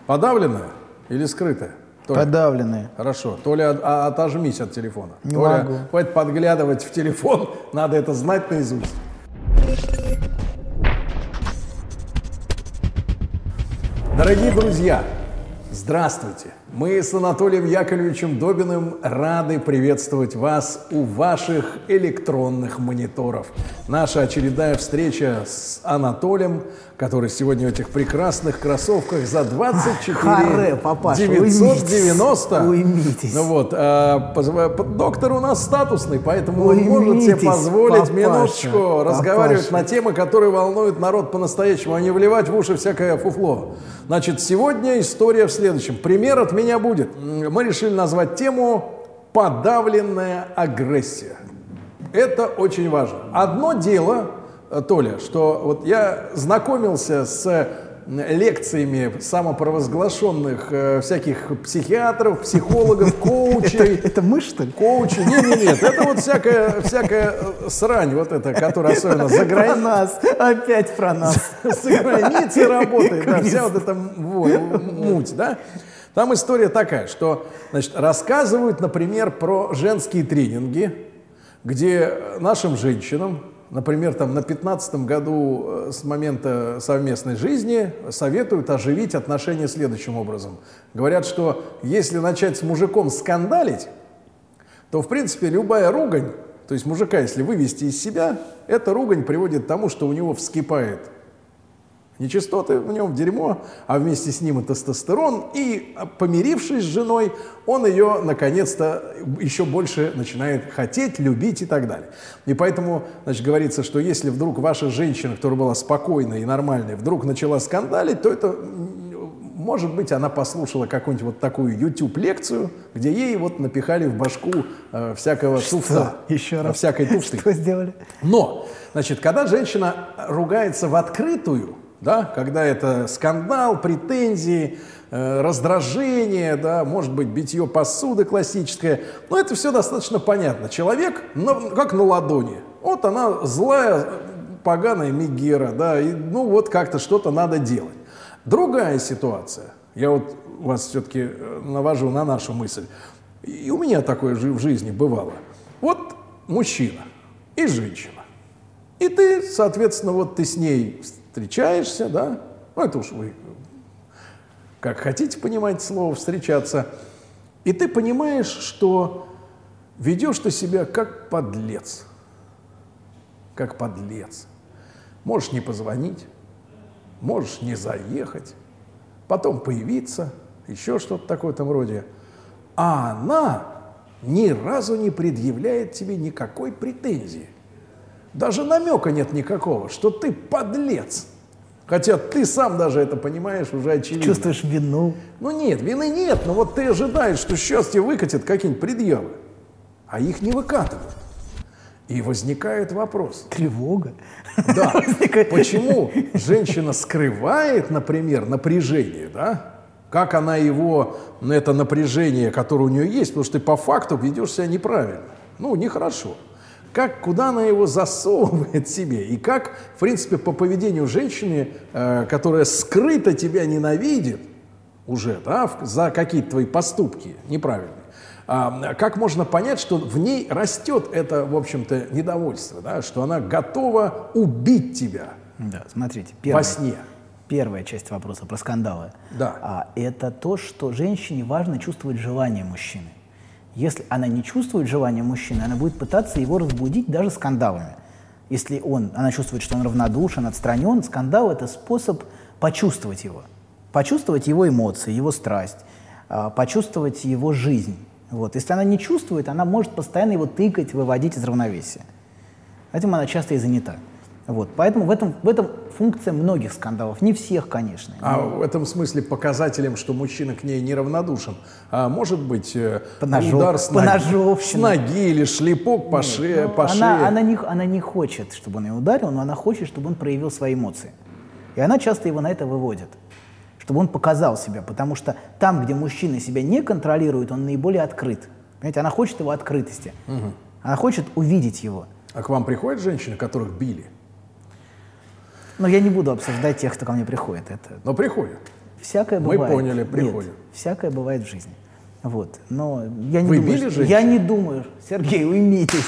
Подавленная или скрытая? Толя? Подавленные. Хорошо. Толя, отожмись от телефона. Не Толя, могу. хватит подглядывать в телефон, надо это знать наизусть. Дорогие друзья, здравствуйте! Мы с Анатолием Яковлевичем Добиным рады приветствовать вас у ваших электронных мониторов. Наша очередная встреча с Анатолием, который сегодня в этих прекрасных кроссовках за 24 990. Уймитесь. Ну вот, доктор у нас статусный, поэтому он может себе Уймитесь, позволить папаша, минуточку разговаривать папаша. на темы, которые волнуют народ по-настоящему, а не вливать в уши всякое фуфло. Значит, сегодня история в следующем. Пример от меня будет. Мы решили назвать тему «Подавленная агрессия». Это очень важно. Одно дело, Толя, что вот я знакомился с лекциями самопровозглашенных всяких психиатров, психологов, коучей. Это мы, что ли? Коучи. Нет, это вот всякая срань, вот эта, которая особенно за Про границей. нас. Опять про нас. За границей работает, да, вся вот эта муть, да. Там история такая, что, значит, рассказывают, например, про женские тренинги, где нашим женщинам, например, там на 15-м году с момента совместной жизни советуют оживить отношения следующим образом. Говорят, что если начать с мужиком скандалить, то, в принципе, любая ругань, то есть мужика, если вывести из себя, эта ругань приводит к тому, что у него вскипает нечистоты, в нем дерьмо, а вместе с ним и тестостерон, и, помирившись с женой, он ее, наконец-то, еще больше начинает хотеть, любить и так далее. И поэтому, значит, говорится, что если вдруг ваша женщина, которая была спокойной и нормальной, вдруг начала скандалить, то это, может быть, она послушала какую-нибудь вот такую YouTube-лекцию, где ей вот напихали в башку всякого туфта. Еще раз. Всякой туфты. Что сделали? Но, значит, когда женщина ругается в открытую, да, когда это скандал, претензии, раздражение, да, может быть, битье посуды классическое, но это все достаточно понятно. Человек, как на ладони. Вот она злая, поганая мегера, да, и, ну вот как-то что-то надо делать. Другая ситуация, я вот вас все-таки навожу на нашу мысль, и у меня такое же в жизни бывало. Вот мужчина и женщина, и ты, соответственно, вот ты с ней встречаешься, да, ну это уж вы как хотите понимать слово «встречаться», и ты понимаешь, что ведешь ты себя как подлец, как подлец. Можешь не позвонить, можешь не заехать, потом появиться, еще что-то такое в этом роде, а она ни разу не предъявляет тебе никакой претензии. Даже намека нет никакого, что ты подлец. Хотя ты сам даже это понимаешь, уже очевидно. Чувствуешь вину? Ну нет, вины нет, но вот ты ожидаешь, что сейчас тебе выкатят какие-нибудь предъявы, а их не выкатывают. И возникает вопрос. Тревога? Да. Почему женщина скрывает, например, напряжение, да? Как она его, это напряжение, которое у нее есть, потому что ты по факту ведешь себя неправильно. Ну, нехорошо. Куда она его засовывает себе, и как, в принципе, по поведению женщины, которая скрыто тебя ненавидит уже, да, за какие-то твои поступки неправильные, как можно понять, что в ней растет это, в общем-то, недовольство, да, что она готова убить тебя Да, смотрите. во сне? Первая часть вопроса про скандалы. Да. Это то, что женщине важно чувствовать желание мужчины. Если она не чувствует желания мужчины, она будет пытаться его разбудить даже скандалами. Если она чувствует, что он равнодушен, отстранен, скандал – это способ почувствовать его эмоции, его страсть, почувствовать его жизнь. Вот. Если она не чувствует, она может постоянно его тыкать, выводить из равновесия. Этим она часто и занята. Вот. Поэтому в этом функция многих скандалов. Не всех, конечно. А в этом смысле показателем, что мужчина к ней неравнодушен, может быть удар с ноги или шлепок по шее. Она не хочет, чтобы он ее ударил, но она хочет, чтобы он проявил свои эмоции. И она часто его на это выводит, чтобы он показал себя. Потому что там, где мужчина себя не контролирует, он наиболее открыт. Понимаете, она хочет его открытости. Угу. Она хочет увидеть его. А к вам приходят женщины, которых били? Но я не буду обсуждать тех, кто ко мне приходит. Но приходят. Всякое Мы бывает. поняли, приходим. Нет, всякое бывает в жизни. Вот. Но я не Вы думаю, били женщин? я не думаю, Сергей, уймитесь.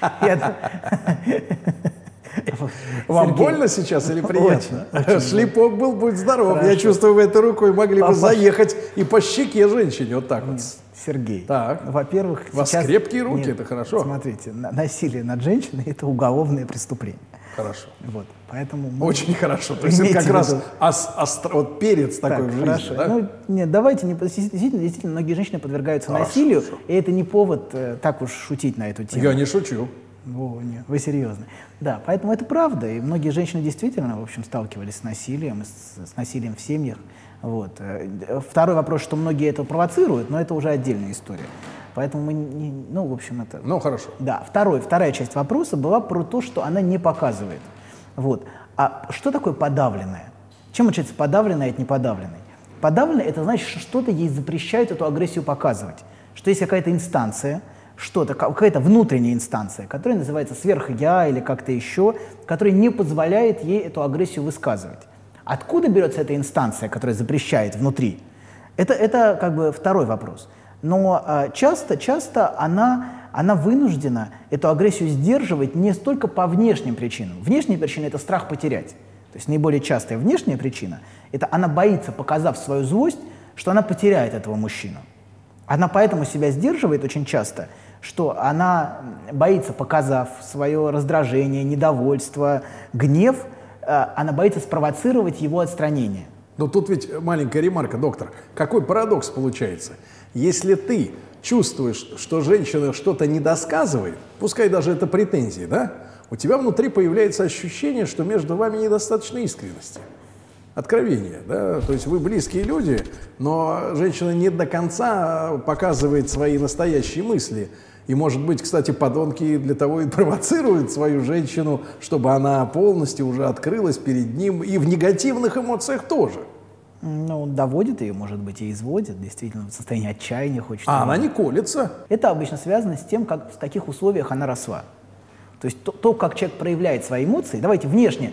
Вам Сергей, больно сейчас или приятно? очень Шлепок был, будь здоров. Хорошо. Я чувствую, вы этой рукой могли бы Папа. заехать и по щеке женщине вот так вот. Сергей, Так. во-первых, У вас сейчас... крепкие руки, Нет, это хорошо. Смотрите, насилие над женщиной – это уголовное преступление. Хорошо. Вот, поэтому мы- Очень хорошо. То есть это Имейте как в раз виду. вот перец Так, такой в жизни. хорошо. Да? Ну, нет, давайте не действительно, многие женщины подвергаются Хорошо, насилию, хорошо. и это не повод так уж шутить на эту тему. Я не шучу. О, нет, вы серьезно. Да, поэтому это правда. И многие женщины действительно, в общем, сталкивались с насилием, с насилием в семьях. Вот. Второй вопрос, что многие это провоцируют, но это уже отдельная история. Поэтому мы не, ну, в общем, это... Ну, хорошо. Да, вторая часть вопроса была про то, что она не показывает. Вот. А что такое подавленное? Чем отличается подавленное от неподавленной? Подавленное – это значит, что что-то ей запрещает эту агрессию показывать. Что есть какая-то инстанция, что-то, какая-то внутренняя инстанция, которая называется сверх-я или как-то еще, которая не позволяет ей эту агрессию высказывать. Откуда берется эта инстанция, которая запрещает внутри? Это как бы второй вопрос. Но часто она вынуждена эту агрессию сдерживать не столько по внешним причинам. Внешняя причина – это страх потерять. То есть наиболее частая внешняя причина – это она боится, показав свою злость, что она потеряет этого мужчину. Она поэтому себя сдерживает очень часто, что она боится, показав свое раздражение, недовольство, гнев, она боится спровоцировать его отстранение. Но тут ведь маленькая ремарка, доктор. Какой парадокс получается? Если ты чувствуешь, что женщина что-то недосказывает, пускай даже это претензии, да, у тебя внутри появляется ощущение, что между вами недостаточно искренности, откровения, да, то есть вы близкие люди, но женщина не до конца показывает свои настоящие мысли. И, может быть, кстати, подонки для того и провоцируют свою женщину, чтобы она полностью уже открылась перед ним и в негативных эмоциях тоже. Ну, доводит ее, может быть, и изводит, действительно, в состоянии отчаяния хочет. А она не колется. Это обычно связано с тем, как в каких условиях она росла. То есть то, как человек проявляет свои эмоции, давайте внешнее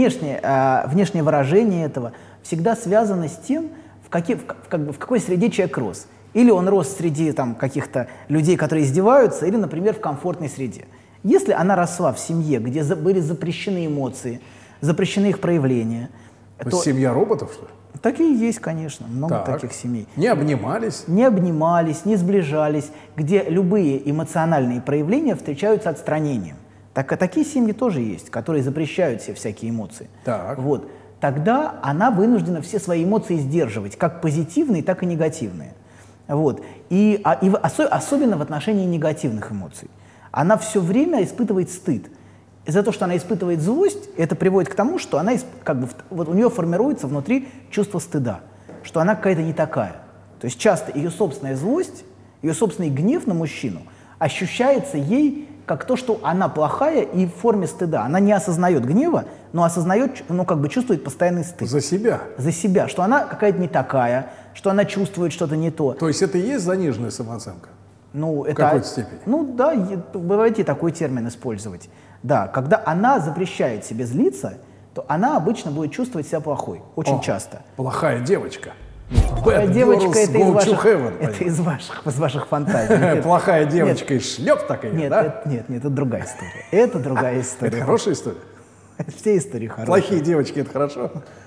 выражение этого всегда связано с тем, в какой среде человек рос. Или он рос среди там, каких-то людей, которые издеваются, или, например, в комфортной среде. Если она росла в семье, где были запрещены эмоции, запрещены их проявления, то... Семья роботов, что ли? Такие есть, конечно, много Так. таких семей. Не обнимались. Не обнимались, не сближались, где любые эмоциональные проявления встречаются отстранением. Такие семьи тоже есть, которые запрещают все всякие эмоции. Так. Вот. Тогда она вынуждена все свои эмоции сдерживать, как позитивные, так и негативные. Вот. Особенно в отношении негативных эмоций. Она все время испытывает стыд. И за то, что она испытывает злость, это приводит к тому, что она, вот у нее формируется внутри чувство стыда, что она какая-то не такая. То есть часто ее собственная злость, ее собственный гнев на мужчину ощущается ей как то, что она плохая и в форме стыда. Она не осознает гнева, но осознает, чувствует постоянный стыд. За себя. За себя, что она какая-то не такая, что она чувствует что-то не то. То есть это и есть заниженная самооценка? Ну, в какой-то степени? Ну да, давайте такой термин использовать. Да, когда она запрещает себе злиться, то она обычно будет чувствовать себя плохой, очень часто. Плохая девочка. Плохая девочка — это это из ваших фантазий. Плохая девочка и шлеп такая, нет, да? Нет, это другая история. Это другая история. Это хорошая история? Все истории хорошие. Плохие девочки — это хорошо?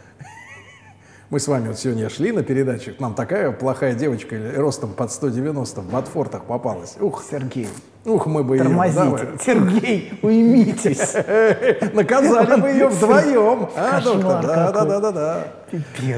Мы с вами вот сегодня шли на передачу, к нам такая плохая девочка ростом под 190 в ботфортах попалась. Ух, Сергей, ух, мы бы тормозите. ее... Сергей, уймитесь. Наказали бы ее вдвоем. А, Кошмар доктор? какой. Да. Пипец.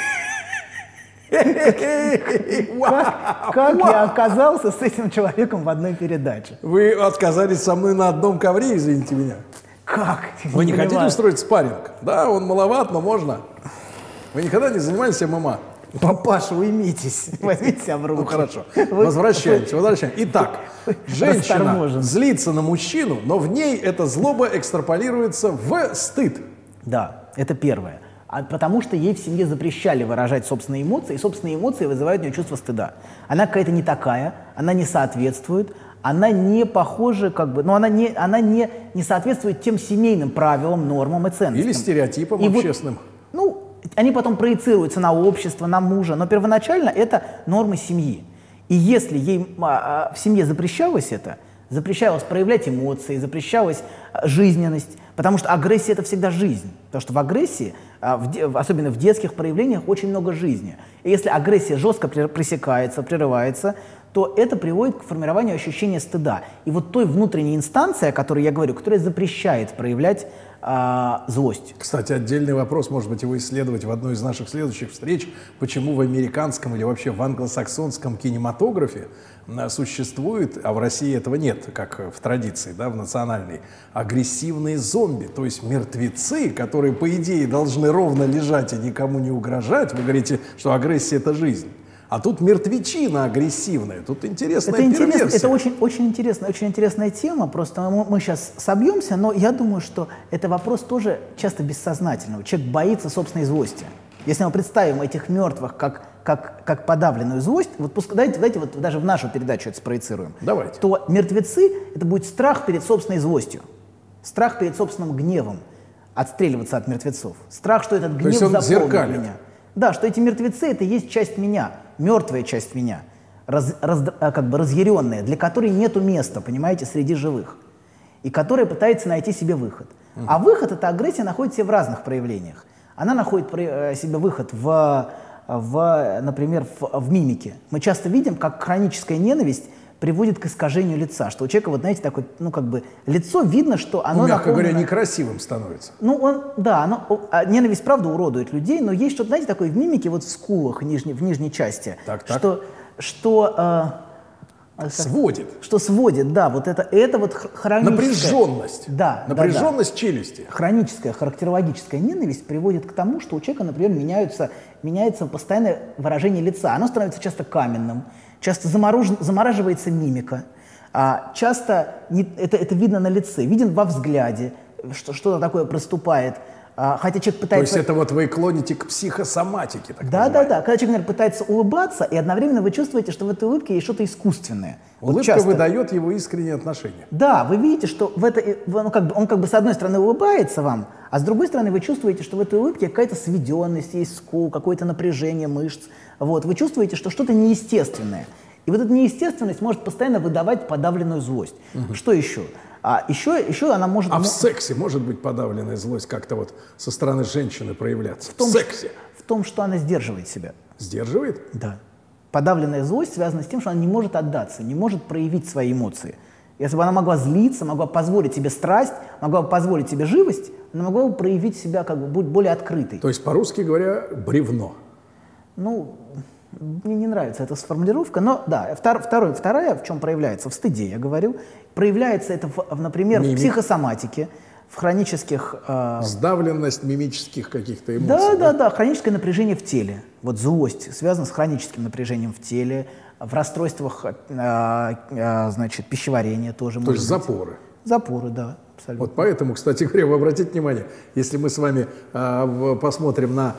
Как я оказался с этим человеком в одной передаче? Вы отказались со мной на одном ковре, извините меня. Как? Вы не хотите понимаю. устроить спарринг? Да, он маловат, но можно. Вы никогда не занимались ММА? Папаша, уймитесь. Возьмите себя в руки. Ну хорошо. Возвращаемся. Итак, женщина расторможен. злится на мужчину, но в ней эта злоба экстраполируется в стыд. Да, это первое. Потому что ей в семье запрещали выражать собственные эмоции, и собственные эмоции вызывают у нее чувство стыда. Она какая-то не такая, она не соответствует, она не похожа, она не соответствует тем семейным правилам, нормам и ценностям. Или стереотипам И общественным. Они потом проецируются на общество, на мужа, но первоначально это нормы семьи. И если ей в семье запрещалось это, запрещалось проявлять эмоции, запрещалась жизненность, потому что агрессия – это всегда жизнь. Потому что в агрессии, особенно в детских проявлениях, очень много жизни. И если агрессия жестко пресекается, прерывается, то это приводит к формированию ощущения стыда. И вот той внутренней инстанции, о которой я говорю, которая запрещает проявлять злость. Кстати, отдельный вопрос, может быть, его исследовать в одной из наших следующих встреч, почему в американском или вообще в англосаксонском кинематографе существует, а в России этого нет, как в традиции, да, в национальной, агрессивные зомби, то есть мертвецы, которые, по идее, должны ровно лежать и никому не угрожать. Вы говорите, что агрессия — это жизнь. А тут мертвечина агрессивная, тут интересная перверсия. Это очень интересная тема, просто мы сейчас собьемся, но я думаю, что это вопрос тоже часто бессознательного. Человек боится собственной злости. Если мы представим этих мертвых как подавленную злость, вот давайте вот даже в нашу передачу это спроецируем, давайте. То мертвецы — это будет страх перед собственной злостью, страх перед собственным гневом, отстреливаться от мертвецов, страх, что этот гнев заполнит меня. Да, что эти мертвецы — это есть часть меня, мертвая часть меня, как бы разъяренная, для которой нету места, понимаете, среди живых, и которая пытается найти себе выход. А выход — эта агрессия находит себя в разных проявлениях. Она находит себе выход например, в мимике. Мы часто видим, как хроническая ненависть приводит к искажению лица, что у человека, вот знаете, такое, ну, как бы, лицо видно, что оно мягко говоря, некрасивым становится. Ну, ненависть, правда, уродует людей, но есть что-то, знаете, такое в мимике, вот в скулах, в нижней части, сводит. Что сводит, да, вот это вот хроническая... Напряженность. Да. Напряженность челюсти. Хроническая, характерологическая ненависть приводит к тому, что у человека, например, меняется постоянное выражение лица. Оно становится часто каменным, часто замораживается мимика, часто это видно на лице, виден во взгляде, что-то такое проступает. Хотя человек пытается... То есть это вот вы клоните к психосоматике, так Да. Когда человек, например, пытается улыбаться, и одновременно вы чувствуете, что в этой улыбке есть что-то искусственное. Улыбка выдает его искренние отношения. Да, вы видите, что он как бы с одной стороны улыбается вам, а с другой стороны вы чувствуете, что в этой улыбке какая-то сведенность, есть скул, какое-то напряжение мышц. Вот. Вы чувствуете, что что-то неестественное. И вот эта неестественность может постоянно выдавать подавленную злость. Что еще? Еще она может... в сексе может быть подавленная злость как-то вот со стороны женщины проявляться? В сексе? В том, что она сдерживает себя. Сдерживает? Да. Подавленная злость связана с тем, что она не может отдаться, не может проявить свои эмоции. Если бы она могла злиться, могла позволить себе страсть, могла бы позволить себе живость, она могла бы проявить себя, как бы быть более открытой. То есть, по-русски говоря, бревно. Ну, мне не нравится эта сформулировка, но да, вторая в чем проявляется? В стыде, я говорю. Проявляется это, например, в психосоматике, в хронических... Сдавленность мимических каких-то эмоций. Да, хроническое напряжение в теле. Вот злость связана с хроническим напряжением в теле, в расстройствах, значит, пищеварения тоже. То есть запоры. Запоры, да, абсолютно. Вот поэтому, кстати говоря, вы обратите внимание, если мы с вами посмотрим на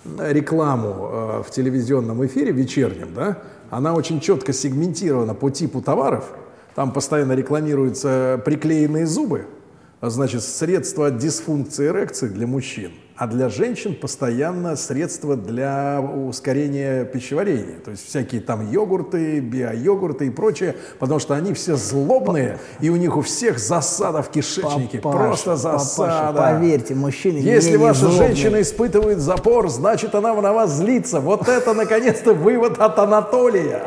рекламу в телевизионном эфире вечернем, да, она очень четко сегментирована по типу товаров. Там постоянно рекламируются приклеенные зубы, значит, средства от дисфункции эрекции для мужчин, а для женщин постоянно средства для ускорения пищеварения. То есть всякие там йогурты, биойогурты и прочее, потому что они все злобные, и у них у всех засада в кишечнике. Просто засада. Поверьте, мужчины Если ваша злобные. женщина испытывает запор, значит, она на вас злится. Вот это, наконец-то, вывод от Анатолия.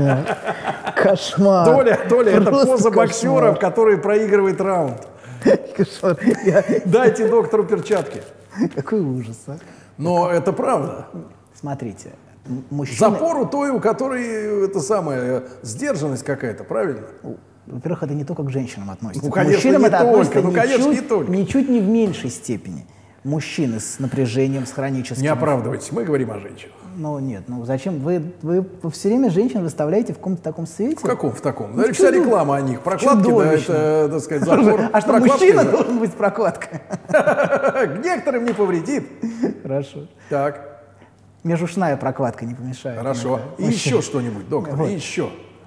Кошмар. Толя, это поза боксера, который проигрывает раунд. Кошмар. Дайте доктору перчатки. Какой ужас, а? Но это правда. Смотрите, мужчины... Запор у той, у которой сдержанность какая-то, правильно? Во-первых, это не только к женщинам относится. Ну, конечно, мужчинам не это только. относится Ну, конечно, не только. ничуть не в меньшей степени. Мужчины с напряжением, с хроническим... Не оправдывайтесь, мы говорим о женщинах. Ну нет, зачем? Вы все время женщин выставляете в каком-то таком свете? В каком? В таком? Да, вся реклама о них. Прокладки, да, это, так сказать, запор. А что, мужчина должен быть прокладкой? Некоторым не повредит. Хорошо. Так. Межушная прокладка не помешает. Хорошо. И еще что-нибудь, доктор, и еще.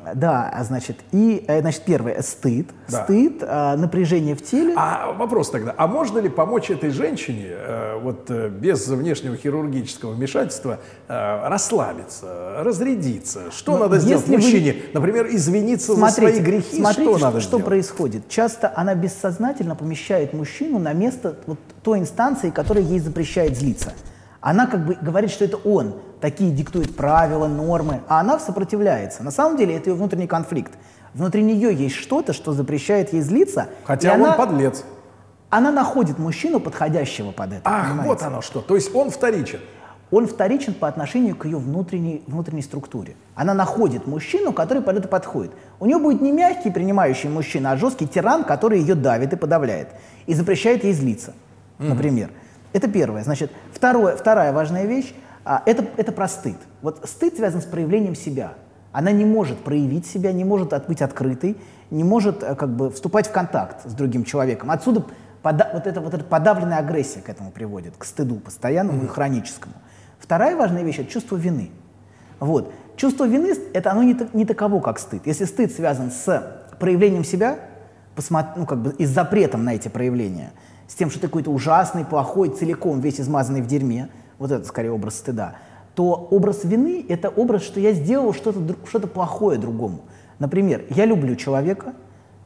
Да, значит, первое — стыд. Да. Стыд, напряжение в теле. А вопрос тогда, а можно ли помочь этой женщине без внешнего хирургического вмешательства расслабиться, разрядиться? Что надо сделать мужчине? Например, извиниться за свои грехи? Смотрите, что надо что сделать? происходит. Часто она бессознательно помещает мужчину на место той инстанции, которая ей запрещает злиться. Она как бы говорит, что это он такие диктует правила, нормы, а она сопротивляется. На самом деле это ее внутренний конфликт. Внутри нее есть что-то, что запрещает ей злиться. Хотя он подлец. Она находит мужчину, подходящего под это. Ах, понимаете? вот оно что. То есть он вторичен. Он вторичен по отношению к ее внутренней структуре. Она находит мужчину, который под это подходит. У нее будет не мягкий принимающий мужчина, а жесткий тиран, который ее давит и подавляет. И запрещает ей злиться, например. Это первое. Значит, вторая важная вещь это про стыд. Вот стыд связан с проявлением себя. Она не может проявить себя, не может быть открытой, не может вступать в контакт с другим человеком. Отсюда вот эта подавленная агрессия к этому приводит, к стыду постоянному и хроническому. Вторая важная вещь — это чувство вины. Вот. Чувство вины — оно не таково, как стыд. Если стыд связан с проявлением себя, и с запретом на эти проявления, с тем, что ты какой-то ужасный, плохой, целиком весь измазанный в дерьме, вот это скорее образ стыда, то образ вины — это образ, что я сделал что-то плохое другому. Например, я люблю человека,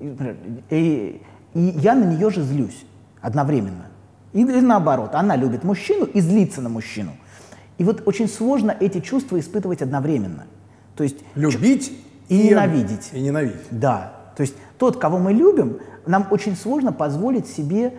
и я на нее же злюсь одновременно. Или наоборот, она любит мужчину и злится на мужчину. И вот очень сложно эти чувства испытывать одновременно. То есть любить и ненавидеть. И ненавидеть. Да. То есть тот, кого мы любим, нам очень сложно позволить себе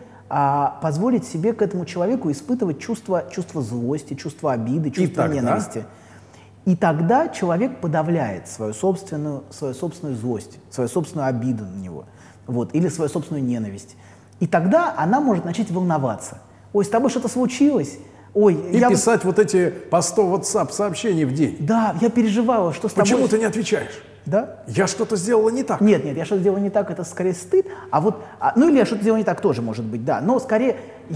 к этому человеку испытывать чувство злости, чувство обиды, чувство ненависти. И тогда человек подавляет свою собственную злость, свою собственную обиду на него, или свою собственную ненависть. И тогда она может начать волноваться. Ой, с тобой что-то случилось? Ой, и писать эти по 100 WhatsApp сообщений в день. Да, я переживала, что с тобой... Почему ты не отвечаешь? Да? Я что-то сделала не так. Нет, я что-то сделала не так, это скорее стыд. Или я что-то сделала не так тоже, может быть, да. Но скорее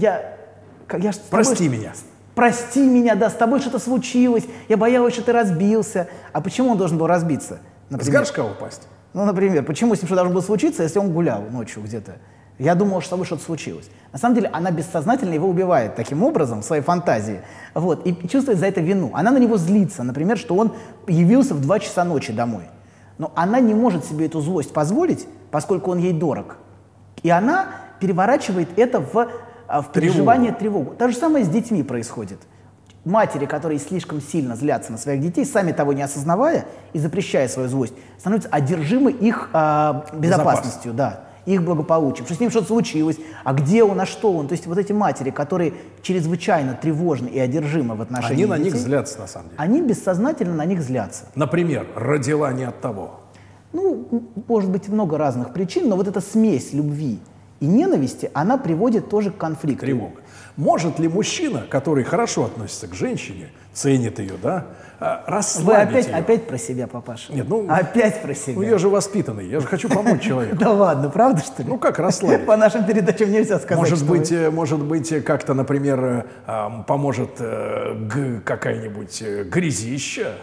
Прости меня. Прости меня, да, с тобой что-то случилось, я боялась, что ты разбился. А почему он должен был разбиться? С горшка упасть? Например, почему с ним что должно было случиться, если он гулял ночью где-то? Я думала, что с тобой что-то случилось. На самом деле она бессознательно его убивает таким образом, в своей фантазии, и чувствует за это вину. Она на него злится, например, что он явился в 2 часа ночи домой. Но она не может себе эту злость позволить, поскольку он ей дорог. И она переворачивает это в переживание тревогу. То же самое с детьми происходит. Матери, которые слишком сильно злятся на своих детей, сами того не осознавая и запрещая свою злость, становятся одержимы их безопасностью, да, их благополучием. Что с ним что-то случилось, а где он, а что он. То есть вот эти матери, которые чрезвычайно тревожны и одержимы в отношении детей. Они на них злятся, на самом деле. Они бессознательно на них злятся. Например, родила не от того. Может быть, много разных причин, но вот эта смесь любви и ненависти, она приводит тоже к конфликту. Тревога. Может ли мужчина, который хорошо относится к женщине, ценит ее, да, расслабить ее? Вы опять про себя, папаша? Нет, опять про себя. Я же воспитанный, я же хочу помочь человеку. Да ладно, правда, что ли? Как расслабить? По нашим передачам нельзя сказать. Может быть, как-то, например, поможет какая-нибудь грязища?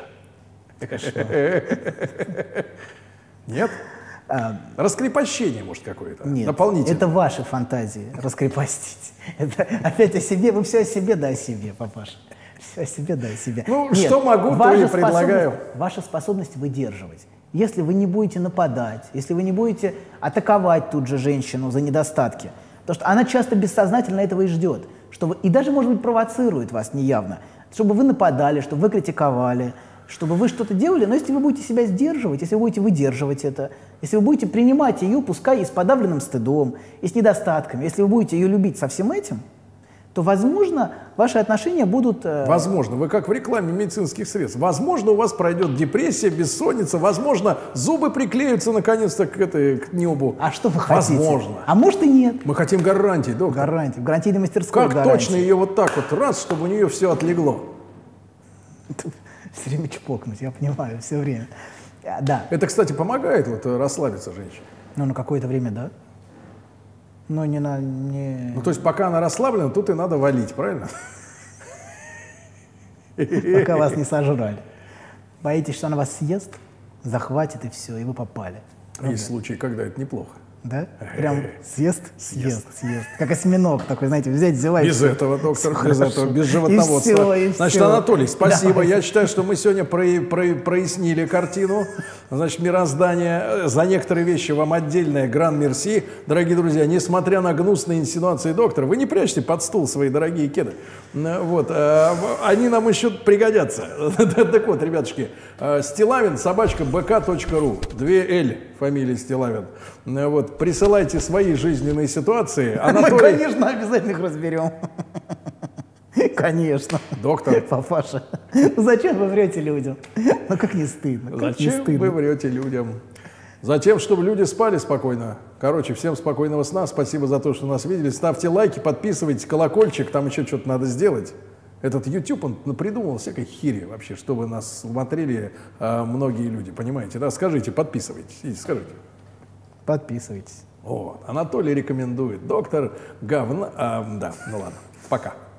Нет? Раскрепощение, может, какое-то? Нет, дополнительное. Это ваши фантазии, раскрепостить. Это опять о себе, вы все о себе, да о себе, папаша. Все о себе, да о себе. Нет, что могу, то и предлагаю. Ваша способность выдерживать. Если вы не будете нападать, если вы не будете атаковать тут же женщину за недостатки, потому что она часто бессознательно этого и ждет, и даже, может быть, провоцирует вас неявно, чтобы вы нападали, чтобы вы критиковали, чтобы вы что-то делали, но если вы будете себя сдерживать, если вы будете выдерживать это, если вы будете принимать ее, пускай и с подавленным стыдом, и с недостатками, если вы будете ее любить со всем этим, то, возможно, ваши отношения будут... Возможно. Вы как в рекламе медицинских средств. Возможно, у вас пройдет депрессия, бессонница. Возможно, зубы приклеются наконец-то к небу. А что вы хотите? Возможно. А может и нет. Мы хотим гарантий, доктор. Гарантии. В гарантийной мастерской Как гарантии. точно ее вот так вот раз, чтобы у нее все отлегло? Все время чпокнуть, я понимаю, все время. Да. Это, кстати, помогает расслабиться женщине. На какое-то время, да. Но то есть пока она расслаблена, тут и надо валить, правильно? Пока вас не сожрали. Боитесь, что она вас съест? захватит, и все, и вы попали. Есть случаи, когда это неплохо. Да? Прям съест. Как осьминог такой, знаете, взяла. Без этого, доктор, без этого, без животноводства. Значит, Анатолий, спасибо. Я считаю, что мы сегодня прояснили картину, значит, мироздания. За некоторые вещи вам отдельное гран-мерси. Дорогие друзья, несмотря на гнусные инсинуации доктора, вы не прячьте под стул свои дорогие кеды. Вот. Они нам еще пригодятся. Так вот, ребятушки, Стилавин, @bk.ru, 2L, фамилия Стилавин. Вот. Присылайте свои жизненные ситуации. Мы, конечно, обязательно их разберем. Конечно. Доктор. Папаша, зачем вы врете людям? Ну как не стыдно? Зачем вы врете людям? Затем, чтобы люди спали спокойно. Короче, всем спокойного сна. Спасибо за то, что нас видели. Ставьте лайки, подписывайтесь, колокольчик. Там еще что-то надо сделать. Этот YouTube, он придумал всякой хири вообще, чтобы нас смотрели многие люди. Понимаете, да? Скажите, подписывайтесь. Скажите. Подписывайтесь. Вот. Анатолий рекомендует. Доктор говна. Да, ну ладно. Пока.